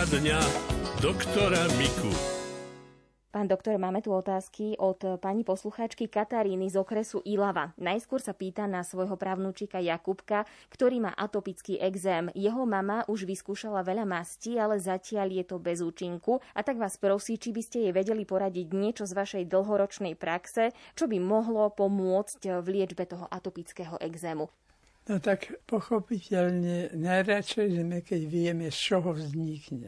Otázka dňa doktora Miku. Pán doktor, máme tu otázky od pani poslucháčky Kataríny z okresu Ilava. Najskôr sa pýta na svojho právnučika Jakubka, ktorý má atopický ekzém. Jeho mama už vyskúšala veľa mastí, ale zatiaľ je to bez účinku. A tak vás prosí, či by ste jej vedeli poradiť niečo z vašej dlhoročnej praxe, čo by mohlo pomôcť v liečbe toho atopického ekzému. No tak pochopiteľne najradšej sme, keď vieme, z čoho vznikne.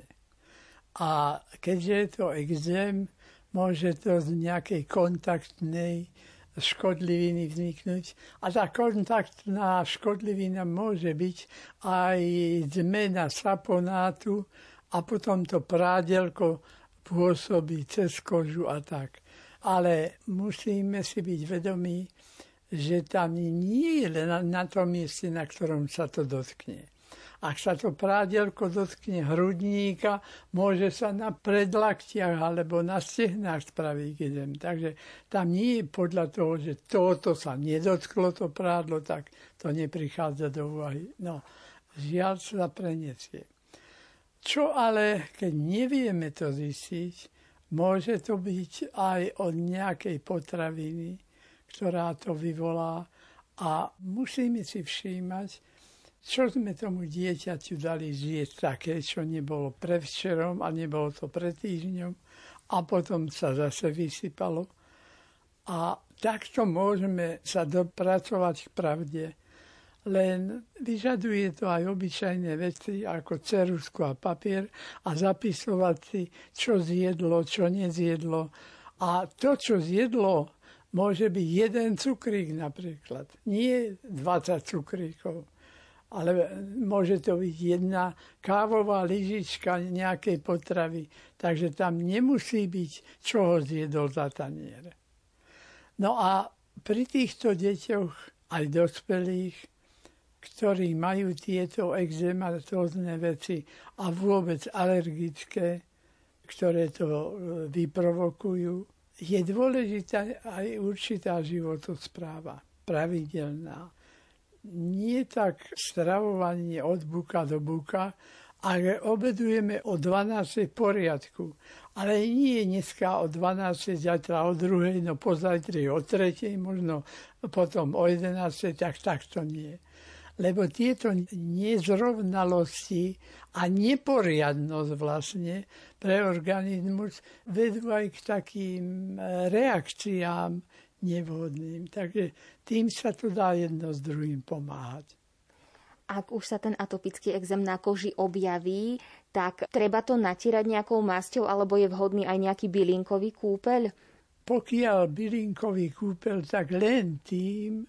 A keďže je to ekzém, môže to z nejakej kontaktnej škodliviny vzniknúť. A tá kontaktná škodlivina môže byť aj zmena saponátu a potom to prádelko pôsobí cez kožu a tak. Ale musíme si byť vedomí, že tam nie je len na tom mieste, na ktorom sa to dotkne. Ak sa to prádelko dotkne hrudníka, môže sa na predlaktiach alebo na stehnách spraviť ekzém. Takže tam nie je podľa toho, že toto sa nedotklo, to prádlo, tak to neprichádza do úvahy. No, žiaľ sa preniesie. Čo ale, keď nevieme to zistiť, môže to byť aj od nejakej potraviny, ktorá to vyvolá, a musíme si všímať, čo sme tomu dieťaťu dali zjesť také, čo nebolo prevčerom a nebolo to pred týždňom a potom sa zase vysypalo. A takto môžeme sa dopracovať k pravde. Len vyžaduje to aj obyčajné veci ako ceruzku a papier a zapisovať si, čo zjedlo, čo nezjedlo. A to, čo zjedlo, môže byť jeden cukrík napríklad, nie 20 cukríkov. Ale môže to byť jedna kávová lyžička nejakej potravy. Takže tam nemusí byť, čo ho zjedol za tanier. No a pri týchto deťoch, aj dospelých, ktorí majú tieto ekzematózne veci a vôbec alergické, ktoré to vyprovokujú, je dôležitá aj určitá životospráva, pravidelná. Nie tak stravovanie od buka do buka, ale obedujeme o 12 v poriadku. Ale nie dneska o 12, zajtra o 2, no pozajtri o 3, možno potom o 11, tak to nie. Lebo tieto nezrovnalosti a neporiadnosť vlastne pre organizmus vedú aj k takým reakciám nevhodným. Takže tým sa to dá jedno s druhým pomáhať. Ak už sa ten atopický ekzém na koži objaví, tak treba to natierať nejakou masťou alebo je vhodný aj nejaký bylinkový kúpeľ? Pokiaľ bylinkový kúpeľ, tak len tým,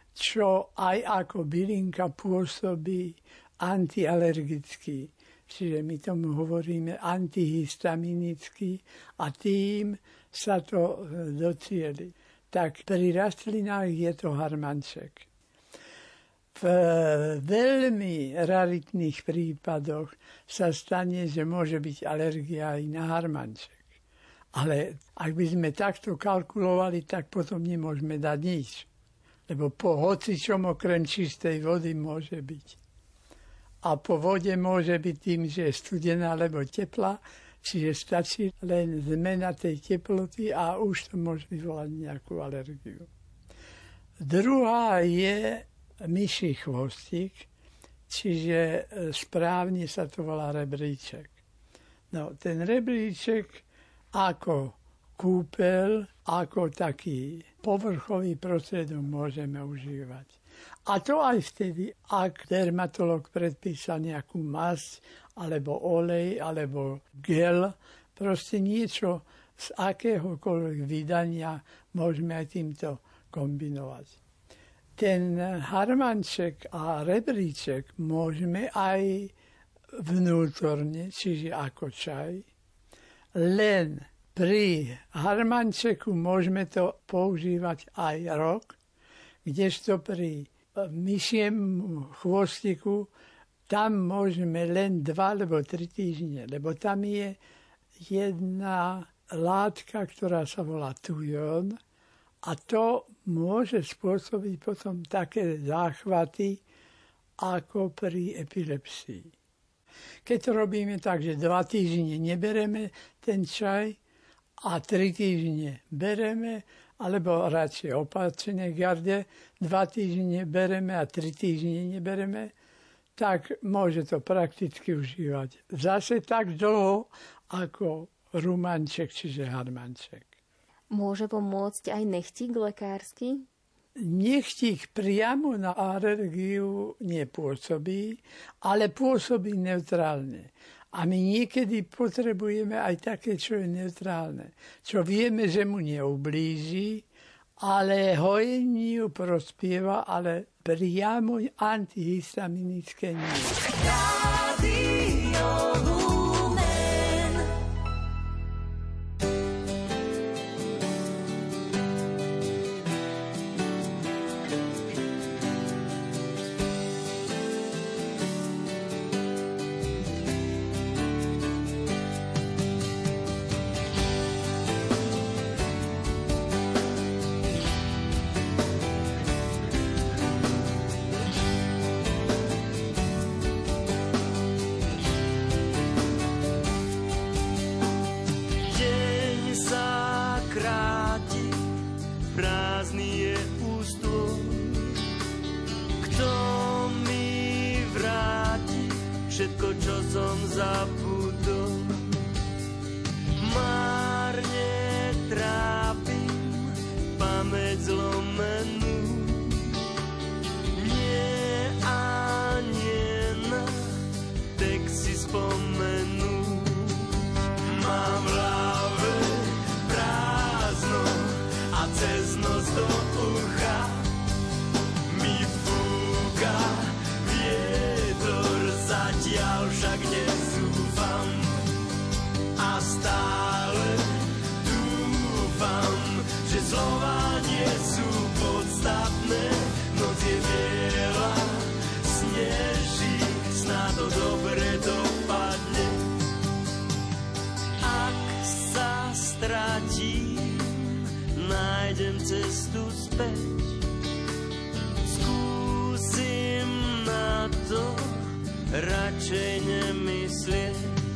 čo aj ako bylinka pôsobí antialergicky. Čiže my tomu hovoríme antihistaminický a tým sa to docieli. Tak pri rastlinách je to harmanček. V veľmi raritných prípadoch sa stane, že môže byť alergia aj na harmanček. Ale ak by sme takto kalkulovali, tak potom nemôžeme dať nič. Lebo po hocičom okrem čistej vody môže byť. A po vode môže byť tým, že je studená alebo teplá, čiže stačí len zmena tej teploty a už to môže vyvolať nejakú alergiu. Druhá je myší chvostík, čiže správne sa to volá rebríček. No, ten rebríček ako kúpeľ, ako taký povrchový prostriedok môžeme užívať. A to aj vtedy, ak dermatolog predpísal nejakú masť, alebo olej, alebo gel, proste niečo z akéhokoľvek vydania môžeme aj týmto kombinovať. Ten harmanček a rebríček môžeme aj vnútorne, čiže ako čaj, len pri harmančeku môžeme to používať aj rok, kdežto pri myšiem chvostiku tam môžeme len 2 alebo 3 týždne, lebo tam je jedna látka, ktorá sa volá tujon a to môže spôsobiť potom také záchvaty ako pri epilepsii. Keď to robíme tak, že 2 týždne nebereme ten čaj a 3 týždne bereme, alebo radšej opačne garde, 2 týždne bereme a 3 týždne nebereme, tak môže to prakticky užívať. Zase tak dlho ako rumanček, čiže harmanček. Môže pomôcť aj nechtík lekársky? Nechtík priamo na alergiu nepôsobí, ale pôsobí neutrálne. A my niekedy potrebujeme aj také, čo je neutrálne. Čo vieme, že mu neublíži, ale hojeniu prospieva, ale priamo antihistaminické nie. Všetko, čo som zabudol, márne trápim pamäť zlomenú. Nie a nie na text si spomenú. Mám v hlave prázdno a cez noc do ucha mi fúka vietor, zatiaľ však nezúfam a stále dúfam, že slova nie sú podstatné. Noc je biela, sneží, snáď to dobre dopadne. Ak sa stratím, nájdem cestu späť. Skúsim na to radšej nemyslieť.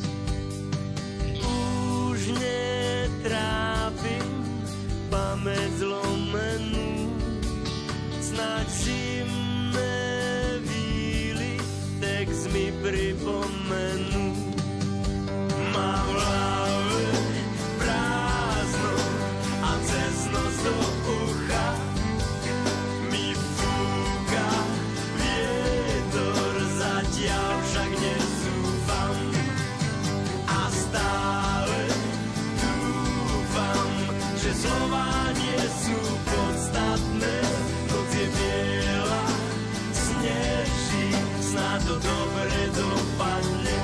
Už netrápim pamäť zlomenú, snáď zimné víly text mi pripomenú. Mám v hlave prázdno a cez noc do ucha mi fúka vietor, zatiaľ však nezúfam a stále dúfam, že slova nie sú podstatné. Noc je biela, sneží, snáď to dobre dopadne.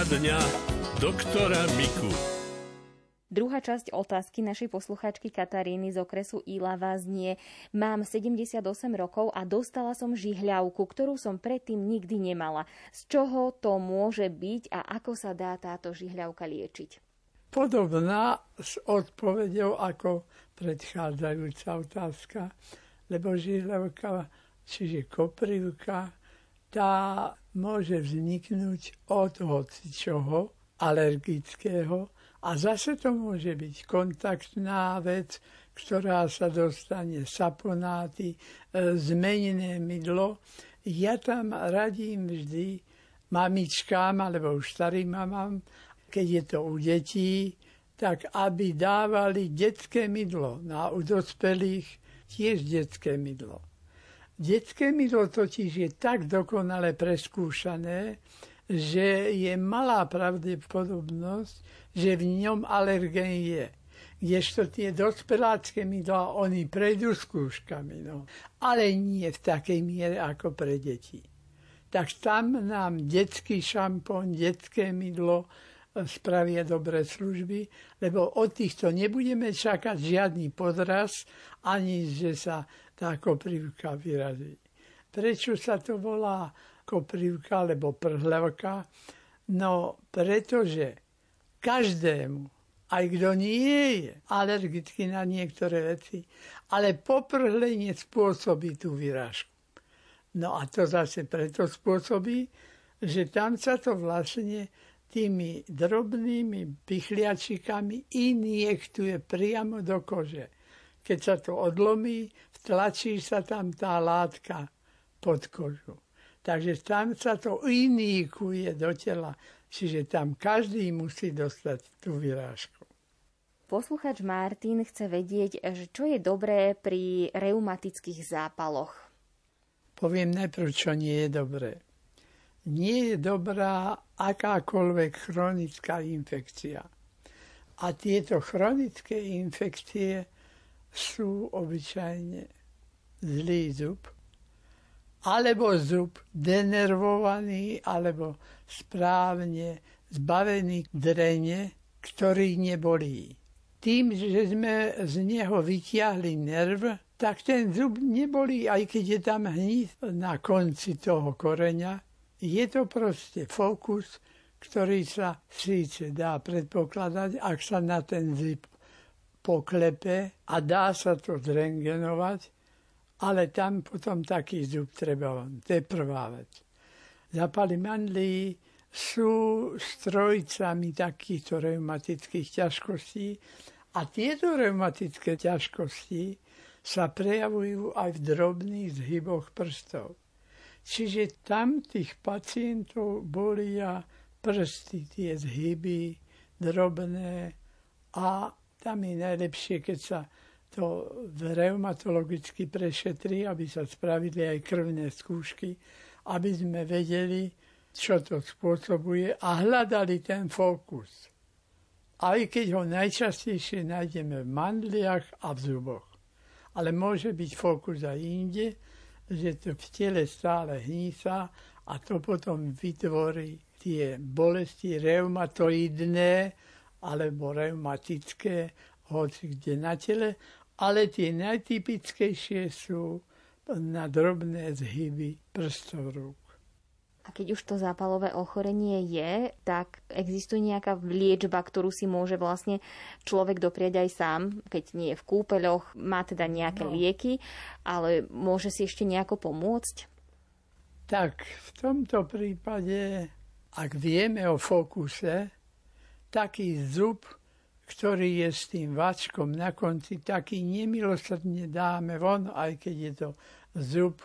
dňa doktora Miku. Druhá časť otázky našej poslucháčky Kataríny z okresu Ilava znie: mám 78 rokov a dostala som žihľavku, ktorú som predtým nikdy nemala. Z čoho to môže byť a ako sa dá táto žihľavka liečiť? Podobná s odpoveďou ako predchádzajúca otázka, lebo žihľavka, čiže koprivka, tá môže vzniknúť od hocičoho alergického. A zase to môže byť kontaktná vec, ktorá sa dostane saponáty, zmenené mydlo. Ja tam radím vždy mamičkám, alebo už starým mamám, keď je to u detí, tak aby dávali detské mydlo. No a u dospelých tiež detské mydlo. Detské mydlo totiž je tak dokonale preskúšané, že je malá pravdepodobnosť, že v ňom alergén je. Kdežto tie dospelácké mydlá, oni prejdú skúškami, no. Ale nie v takej miere ako pre deti. Tak tam nám detský šampón, detské mydlo spravia dobré služby, lebo od týchto nebudeme čakať žiadny podraz, ani že sa tá koprivka vyrazí. Prečo sa to volá koprivka alebo prhľavka? No, pretože každému, aj kto nie je alergický na niektoré veci, ale poprhlenie spôsobí tú vyrážku. No a to zase preto spôsobí, že tam sa to vlastne tými drobnými pichliačikami injektuje priamo do kože. Keď sa to odlomí, vtlačí sa tam tá látka pod kožu. Takže tam sa to injikuje do tela, čiže tam každý musí dostať tú vyrážku. Poslucháč Martin chce vedieť, čo je dobré pri reumatických zápaloch. Poviem najprv, čo nie je dobré. Nie je dobrá akákoľvek chronická infekcia. A tieto chronické infekcie sú obyčajne zlý zub, alebo zub denervovaný, alebo správne zbavený drene, ktorý nebolí. Tým, že sme z neho vytiahli nerv, tak ten zub nebolí, aj keď je tam hníz na konci toho koreňa. Je to proste fokus, ktorý sa síce dá predpokladať, ak sa na ten zub poklepe a dá sa to zrengenovať, ale tam potom taký zub treba. To je prvá vec. Zápaly mandlí sú strojcami takýchto reumatických ťažkostí a tieto reumatické ťažkosti sa prejavujú aj v drobných zhyboch prstov. Čiže tam tých pacientov bolia prsty, tie zhyby drobné a tam je najlepšie, keď sa to reumatologicky prešetrí, aby sa spravili aj krvné skúšky, aby sme vedeli, čo to spôsobuje a hľadali ten fokus. Aj keď ho najčastejšie nájdeme v mandliach a v zuboch. Ale môže byť fokus aj inde, že to v tele stále hnísa a to potom vytvorí tie bolesti reumatoidné alebo reumatické, hoci kde na tele, ale tie najtypickejšie sú na drobné zhyby prstov rúk. A keď už to zápalové ochorenie je, tak existuje nejaká liečba, ktorú si môže vlastne človek doprieť aj sám, keď nie je v kúpeľoch, má teda nejaké lieky, ale môže si ešte nejako pomôcť? Tak v tomto prípade, ak vieme o fokuse, taký zub, ktorý je s tým vačkom na konci, taký nemilosrdne dáme von, aj keď je to zub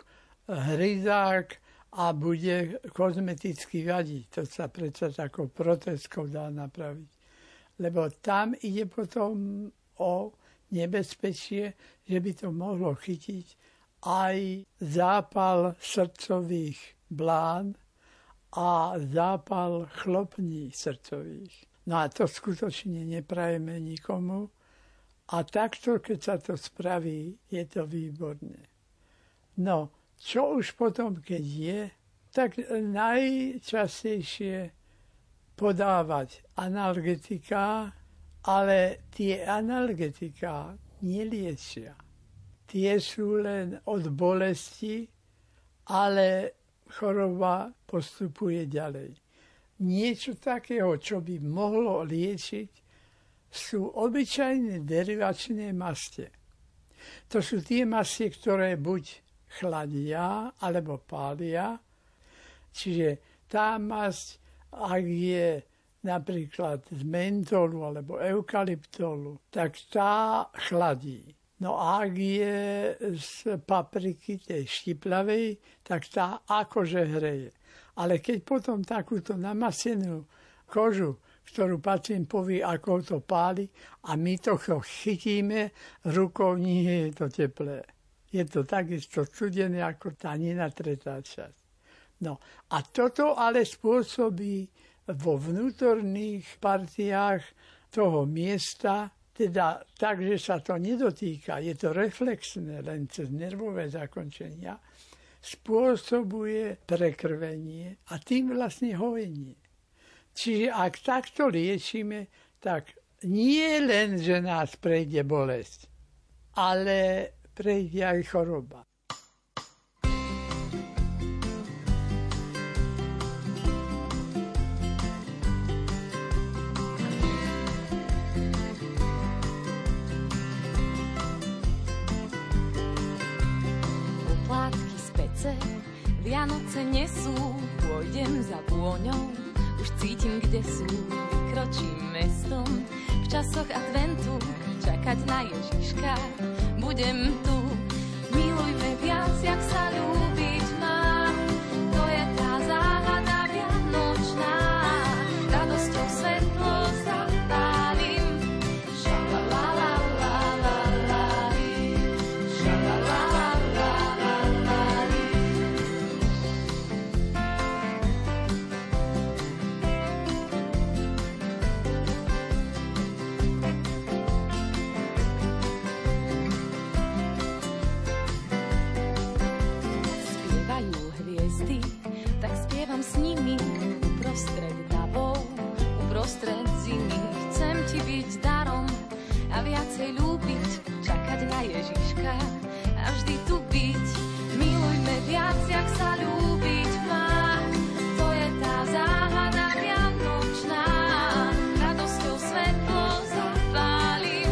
hryzák a bude kozmeticky vadiť. To sa predsa takou protezkou dá napraviť. Lebo tam ide potom o nebezpečie, že by to mohlo chytiť aj zápal srdcových blán a zápal chlopní srdcových. No a to skutočne neprajeme nikomu. A takto, keď sa to spraví, je to výborné. No, čo už potom, keď je, tak najčastejšie podávať analgetika, ale tie analgetika neliečia. Tie sú len od bolesti, ale choroba postupuje ďalej. Niečo takého, čo by mohlo liečiť, sú obyčajné derivačné maste. To sú tie mastie, ktoré buď chladia, alebo pália. Čiže tá masť, ak je napríklad z mentolu alebo eukalyptolu, tak tá chladí. No a ak je z papriky, tej štiplavej, tak tá akože hreje. Ale keď potom takúto namastenú kožu, ktorú pacient povie, ako to páli, a my to chytíme rukou, nie je to teplé. Je to takisto studené ako tá nenatretá časť. No a toto ale spôsobí vo vnútorných partiách toho miesta, teda tak, že sa to nedotýka, je to reflexné len cez nervové zakončenia, spôsobuje prekrvenie a tým vlastne hojenie. Čiže ak takto liečíme, tak nie len, že nás prejde bolesť, ale prejde aj choroba. Oplátky z pece Vianoce nesú, pôjdem za vôňou, už cítim, kde sú, vykročím mestom, v časoch adventu, čakať na Ježiška, budem tu, milujme viac, jak sa ľúbiť má, to je tá záhada vianočná, radosťou svetlo zapálim, šalalalalalalali, šalalalalalalali. Tak spievam s nimi uprostred davov, uprostred zimy. Chcem ti byť darom a viacej ľúbiť, čakať na Ježiška a vždy tu byť. Milujme viac, jak sa ľúbiť má, to je tá záhada vianočná, radosťou svetlo zapálim.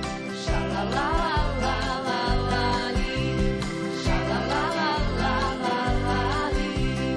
Šalalalalali, šalalalalali.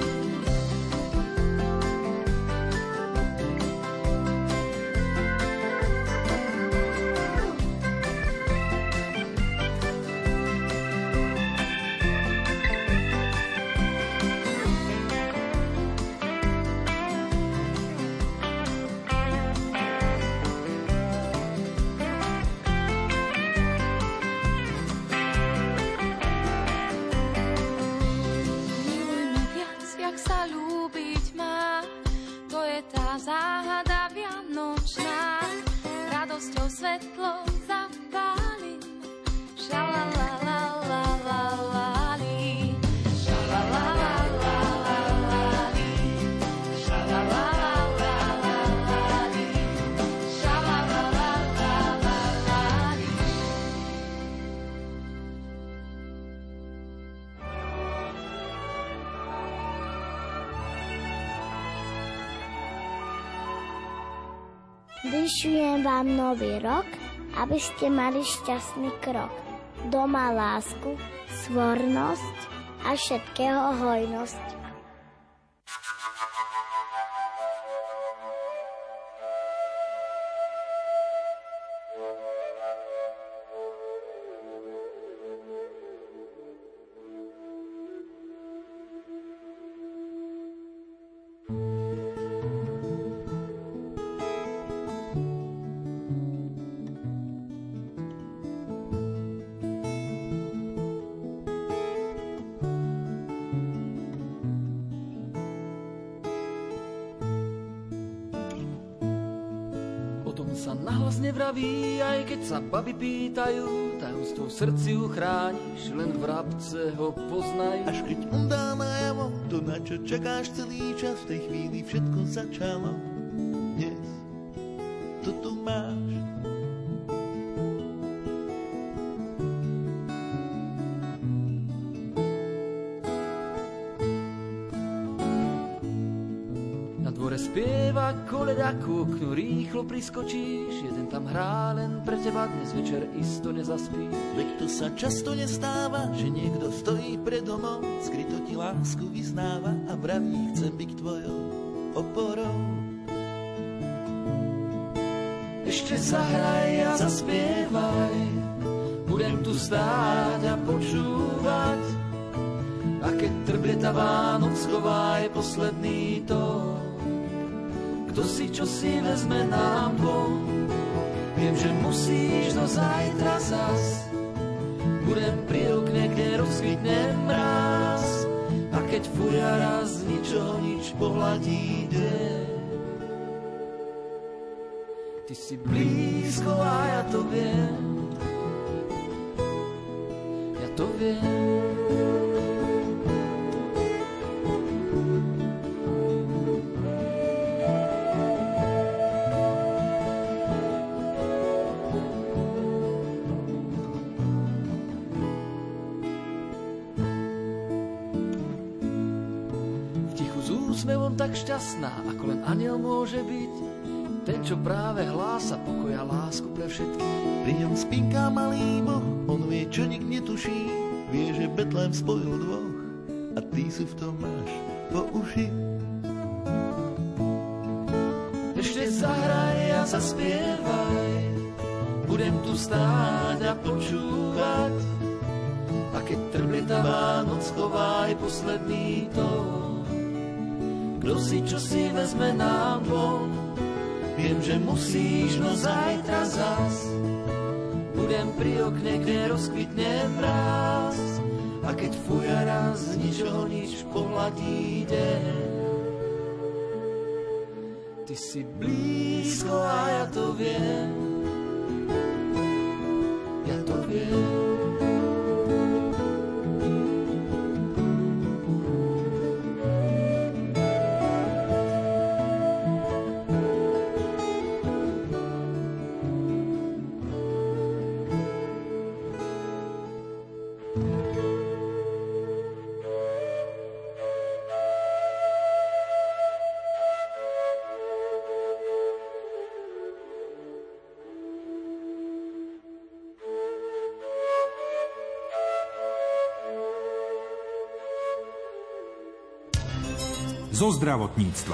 Milujme viac, jak sa ľúbiť má, to je tá záhada vianočná, radosťou svetlo zapálim. Šalalalalali, šalalalalali, šalalalalali, šalalalalali. Vyšujem vám nový rok, aby ste mali šťastný krok. Doma lásku, svornosť a všetkého hojnosť. Sa nahlas nevraví, aj keď sa baby pýtajú, tajomstvo v srdci uchrániš, len vrabce ho poznajú. Až keď on dá najavo, to na čo čakáš celý čas, v tej chvíli všetko začalo. spieva koleda ku oknu, rýchlo priskočíš, jeden tam hrá len pre teba, dnes večer isto nezaspíš. Veď to sa často nestáva, že niekto stojí pred domom, skryto ti lásku vyznáva a vraví, chcem byť tvojou oporou. Ešte zahraj a zaspievaj, budem tu stáť a počúvať, a keď trblieta Vánoc schová je posledný tón. Kto si, čo si vezme nám dvom, viem, že musíš do zajtra zas. Budem pri okne, kde rozkvitne mráz, a keď fúria raz ničoho nič pohľadí deň. Ty si blízko a ja to viem, ja to viem. Úsmevom tak šťastná, ako len anjel môže byť, ten, čo práve hlása pokoja lásku pre všetkých. Pri ňom spinká malý Boh, on vie, čo nik netuší, vie, že Betlém spojil dvoch a ty sú v tom máš po uši. Ešte zahraj a zaspievaj, budem tu stáť a počúvať, a keď trblieta Vánoc schová je posledný tón. Kto si, čo si vezme nám dvom, viem, že musíš, no zajtra zas. Budem pri okne, kde rozkvitne mráz, a keď fúja raz ničoho nič pohľadí deň. Ty si blízko a ja to viem, ja to viem. Zo zdravotníctva.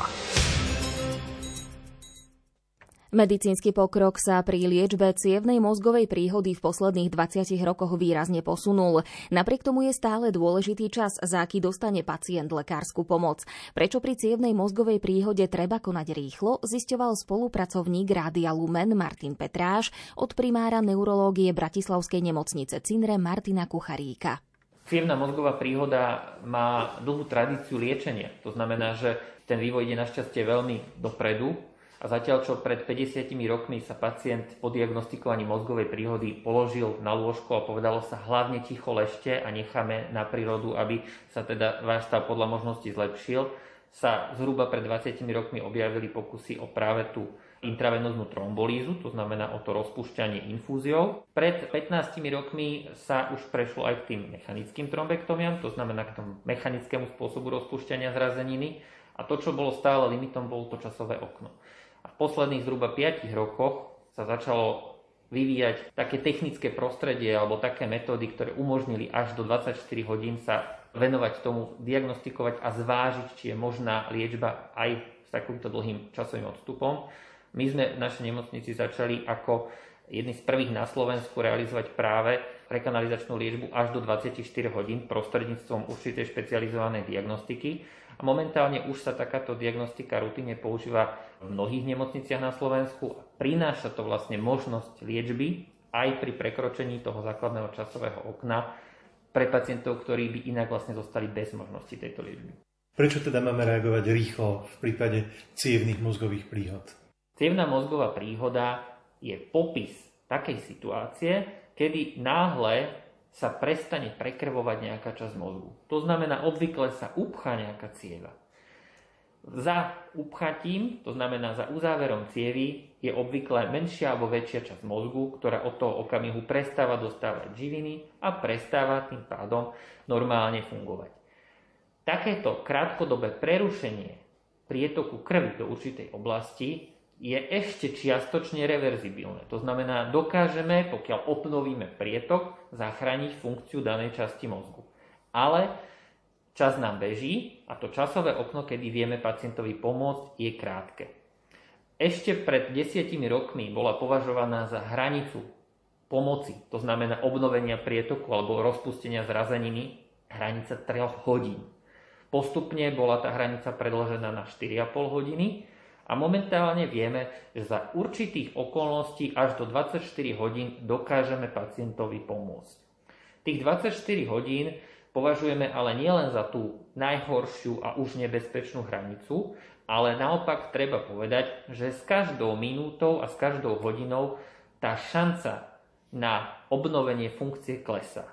Medicínsky pokrok sa pri liečbe cievnej mozgovej príhody v posledných 20 rokoch výrazne posunul. Napriek tomu je stále dôležitý čas, za aký dostane pacient lekársku pomoc. Prečo pri cievnej mozgovej príhode treba konať rýchlo, zisťoval spolupracovník Rádia Lumen Martin Petráš od primára neurológie Bratislavskej nemocnice Cinre Martina Kucharíka. Cievna mozgová príhoda má dlhú tradíciu liečenia. To znamená, že ten vývoj ide našťastie veľmi dopredu a zatiaľ, čo pred 50 rokmi sa pacient po diagnostikovaní mozgovej príhody položil na lôžko a povedalo sa hlavne ticho ležte a necháme na prírodu, aby sa teda váš stav podľa možnosti zlepšil, sa zhruba pred 20 rokmi objavili pokusy o práve tú intravenóznu trombolízu, to znamená o to rozpúšťanie infúziou. Pred 15 rokmi sa už prešlo aj k tým mechanickým trombektomiám, to znamená k tomu mechanickému spôsobu rozpúšťania zrazeniny, a to, čo bolo stále limitom, bolo to časové okno. A v posledných zhruba 5 rokoch sa začalo vyvíjať také technické prostredie alebo také metódy, ktoré umožnili až do 24 hodín sa venovať tomu, diagnostikovať a zvážiť, či je možná liečba aj s takýmto dlhým časovým odstupom. My sme v našej nemocnici začali ako jedni z prvých na Slovensku realizovať práve rekanalizačnú liečbu až do 24 hodín prostredníctvom určitej špecializovanej diagnostiky. A momentálne už sa takáto diagnostika rutine používa v mnohých nemocniciach na Slovensku. Prináša to vlastne možnosť liečby aj pri prekročení toho základného časového okna pre pacientov, ktorí by inak vlastne zostali bez možnosti tejto liečby. Prečo teda máme reagovať rýchlo v prípade cievnych mozgových príhod? Cievna mozgová príhoda je popis takej situácie, kedy náhle sa prestane prekrvovať nejaká časť mozgu. To znamená, obvykle sa upchá nejaká cieva. Za upchatím, to znamená za uzáverom cievy, je obvykle menšia alebo väčšia časť mozgu, ktorá od toho okamihu prestáva dostávať živiny a prestáva tým pádom normálne fungovať. Takéto krátkodobé prerušenie prietoku krvi do určitej oblasti je ešte čiastočne reverzibilné. To znamená, dokážeme, pokiaľ obnovíme prietok, zachrániť funkciu danej časti mozgu. Ale čas nám beží a to časové okno, kedy vieme pacientovi pomôcť, je krátke. Ešte pred 10 rokmi bola považovaná za hranicu pomoci, to znamená obnovenia prietoku alebo rozpustenia zrazeniny, hranica 3 hodín. Postupne bola tá hranica predĺžená na 4,5 hodiny a momentálne vieme, že za určitých okolností až do 24 hodín dokážeme pacientovi pomôcť. Tých 24 hodín považujeme ale nielen za tú najhoršiu a už nebezpečnú hranicu, ale naopak treba povedať, že s každou minútou a s každou hodinou tá šanca na obnovenie funkcie klesá.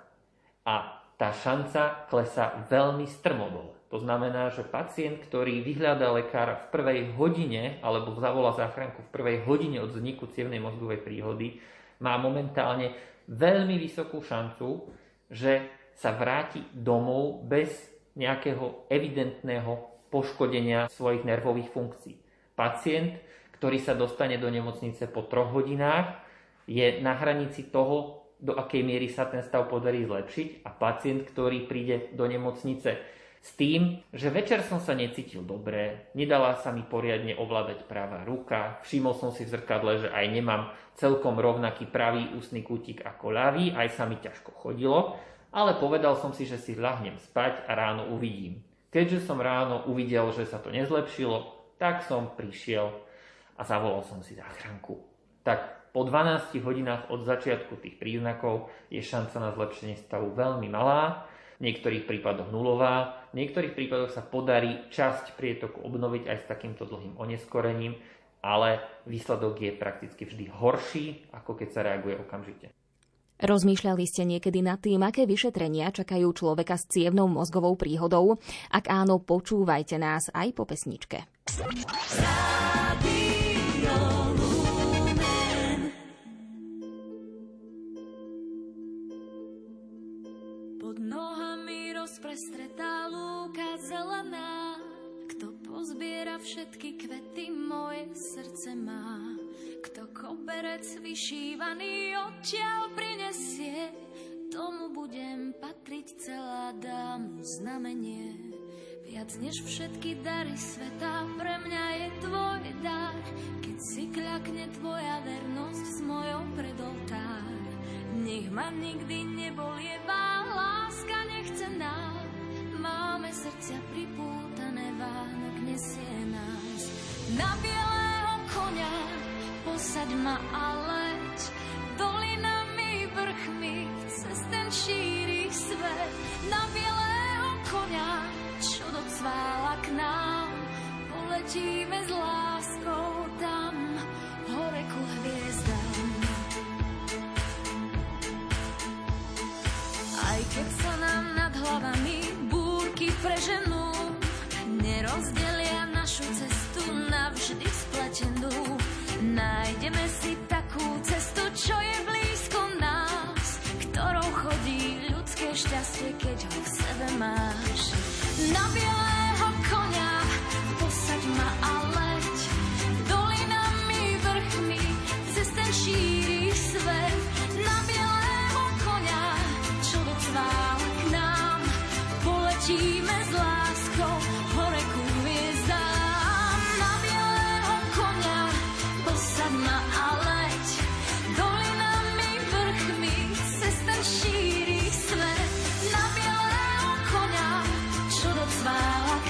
A tá šanca klesá veľmi strmodole. To znamená, že pacient, ktorý vyhľadá lekára v prvej hodine alebo zavolá záchranku v prvej hodine od vzniku cievnej mozgovej príhody, má momentálne veľmi vysokú šancu, že sa vráti domov bez nejakého evidentného poškodenia svojich nervových funkcií. Pacient, ktorý sa dostane do nemocnice po 3 hodinách, je na hranici toho, do akej miery sa ten stav podarí zlepšiť, a pacient, ktorý príde do nemocnice s tým, že večer som sa necítil dobre, nedala sa mi poriadne ovládať pravá ruka, všimol som si v zrkadle, že aj nemám celkom rovnaký pravý ústny kútik ako ľavý, aj sa mi ťažko chodilo, ale povedal som si, že si ľahnem spať a ráno uvidím. Keďže som ráno uvidel, že sa to nezlepšilo, tak som prišiel a zavolal som si záchranku. Tak po 12 hodinách od začiatku tých príznakov je šanca na zlepšenie stavu veľmi malá, v niektorých prípadoch nulová, v niektorých prípadoch sa podarí časť prietoku obnoviť aj s takýmto dlhým oneskorením, ale výsledok je prakticky vždy horší, ako keď sa reaguje okamžite. Rozmýšľali ste niekedy nad tým, aké vyšetrenia čakajú človeka s cievnou mozgovou príhodou? Ak áno, počúvajte nás aj po pesničke. Pod nohami rozprestretá lúka zelená, kto pozbiera všetky kvety moje srdce má. Kto koberec vyšívaný odtiaľ prinesie, tomu budem patriť, celá dám znamenie. Viac než všetky dary sveta, pre mňa je tvoj dar, keď si kľakne tvoja vernosť s mojou pred oltár. Nech ma nikdy nebolievá láska nechcená, máme srdcia pripútané, Vánok nesie nás. Na bielého koňa posaď ma a leď, dolinami, vrchmi, cez ten šíri svet. Na bielého koňa, čo docvála k nám, poletíme s láskou tam, hore ku hviezdám. Aj keď sa nám nad hlavami búrky preženú, nerozdelia našu cestu navždy spletenú. Nájdeme si takú cestu, čo je blízko nás, ktorou chodí ľudské šťastie, keď ho v sebe máš. Na bielého koňa posaď ma a leď, dolinami, vrchmi, cez ten šíri svet. Na bielého koňa, čo docvála k nám, poletíme s láskou hore ku hviezdám. Na bielého koňa posaď ma a leď, dolinami, vrchmi, cez ten šíri svet. Na bielého koňa, čo docvála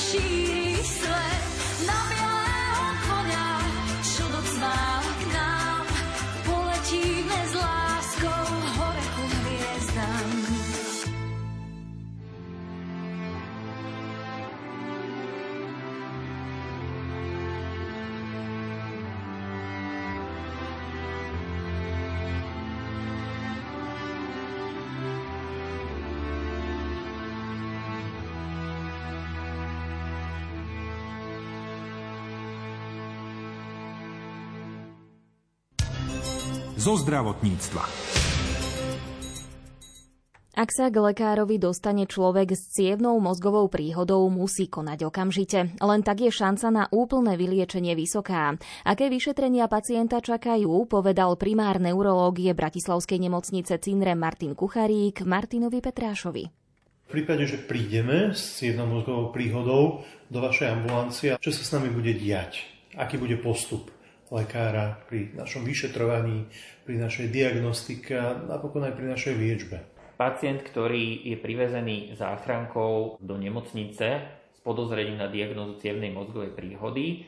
šíri svet na bielého konia, čo docvála k nám. Poletíme s láskou hore ku hviezdám. Zo zdravotníctva. Ak sa k lekárovi dostane človek s cievnou mozgovou príhodou, musí konať okamžite. Len tak je šanca na úplné vyliečenie vysoká. Aké vyšetrenia pacienta čakajú, povedal primár neurológie Bratislavskej nemocnice Cinre Martin Kucharík Martinovi Petrášovi. V prípade, že prídeme s cievnou mozgovou príhodou do vašej ambulancie, čo sa s nami bude diať? Aký bude postup lekára pri našom vyšetrovaní, pri našej diagnostike a napokon aj pri našej liečbe? Pacient, ktorý je privezený záchrankou do nemocnice s podozrením na diagnózu cievnej mozgovej príhody,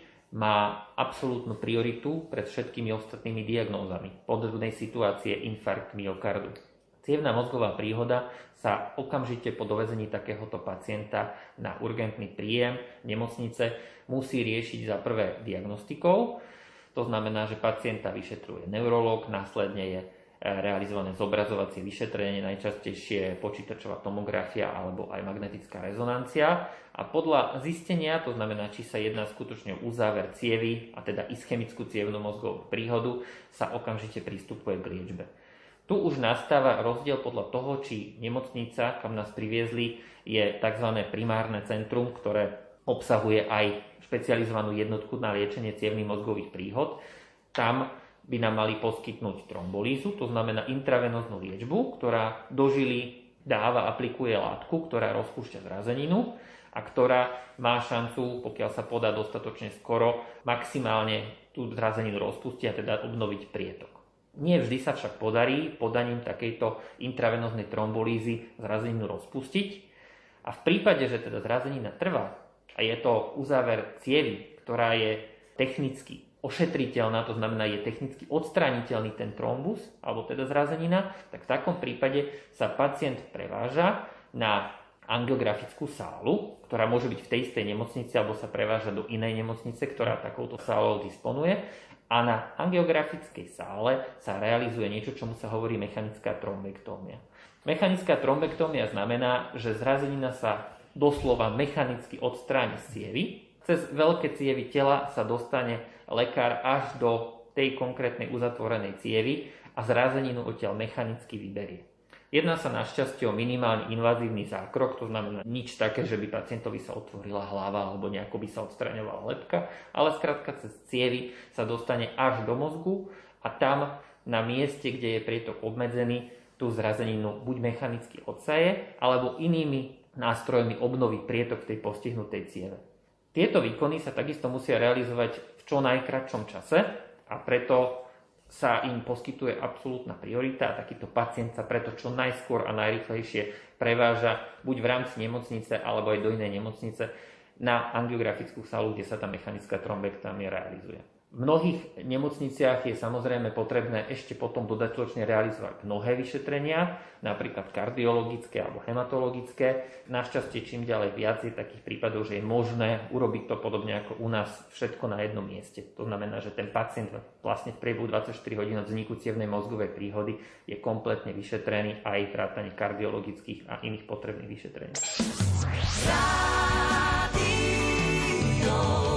má absolútnu prioritu pred všetkými ostatnými diagnózami. Podobnej situácie infarkt myokardu. Cievna mozgová príhoda sa okamžite po dovezení takéhoto pacienta na urgentný príjem nemocnice musí riešiť za prvé diagnostikou. To znamená, že pacienta vyšetruje neurológ, následne je realizované zobrazovacie vyšetrenie, najčastejšie počítačová tomografia alebo aj magnetická rezonancia. A podľa zistenia, to znamená, či sa jedná skutočne o uzáver cievy, a teda ischemickú cievnu mozgovú príhodu, sa okamžite pristupuje k liečbe. Tu už nastáva rozdiel podľa toho, či nemocnica, kam nás priviezli, je tzv. Primárne centrum, ktoré obsahuje aj špecializovanú jednotku na liečenie cievnych mozgových príhod. Tam by nám mali poskytnúť trombolízu, to znamená intravenóznu liečbu, ktorá do žily dáva, aplikuje látku, ktorá rozpúšťa zrazeninu a ktorá má šancu, pokiaľ sa podá dostatočne skoro, maximálne tú zrazeninu rozpustiť a teda obnoviť prietok. Nie vždy sa však podarí podaním takejto intravenóznej trombolízy zrazeninu rozpustiť a v prípade, že teda zrazenina trvá, a je to uzáver cievy, ktorá je technicky ošetriteľná, to znamená, je technicky odstrániteľný ten trombus, alebo teda zrazenina, tak v takom prípade sa pacient preváža na angiografickú sálu, ktorá môže byť v tej istej nemocnici, alebo sa preváža do inej nemocnice, ktorá takouto sálou disponuje. A na angiografickej sále sa realizuje niečo, čomu sa hovorí mechanická trombektómia. Mechanická trombektómia znamená, že zrazenina sa doslova mechanicky odstráni z cievy. Cez veľké cievy tela sa dostane lekár až do tej konkrétnej uzatvorenej cievy a zrazeninu odtiaľ mechanicky vyberie. Jedná sa našťastie o minimálne invazívny zákrok, to znamená nič také, že by pacientovi sa otvorila hlava alebo nejako by sa odstraňovala lebka, ale skrátka cez cievy sa dostane až do mozgu a tam na mieste, kde je prietok obmedzený, tú zrazeninu buď mechanicky odsaje, alebo inými nástrojmi obnoví prietok v tej postihnutej cieve. Tieto výkony sa takisto musia realizovať v čo najkratšom čase a preto sa im poskytuje absolútna priorita a takýto pacient sa preto čo najskôr a najrýchlejšie preváža buď v rámci nemocnice alebo aj do inej nemocnice na angiografickú sálu, kde sa tá mechanická trombektómia realizuje. V mnohých nemocniciach je samozrejme potrebné ešte potom dodatočne realizovať mnohé vyšetrenia, napríklad kardiologické alebo hematologické. Našťastie čím ďalej viac je takých prípadov, že je možné urobiť to podobne ako u nás všetko na jednom mieste. To znamená, že ten pacient vlastne v priebehu 24 hodín od vzniku cievnej mozgovej príhody je kompletne vyšetrený aj vrátane kardiologických a iných potrebných vyšetrení. Radio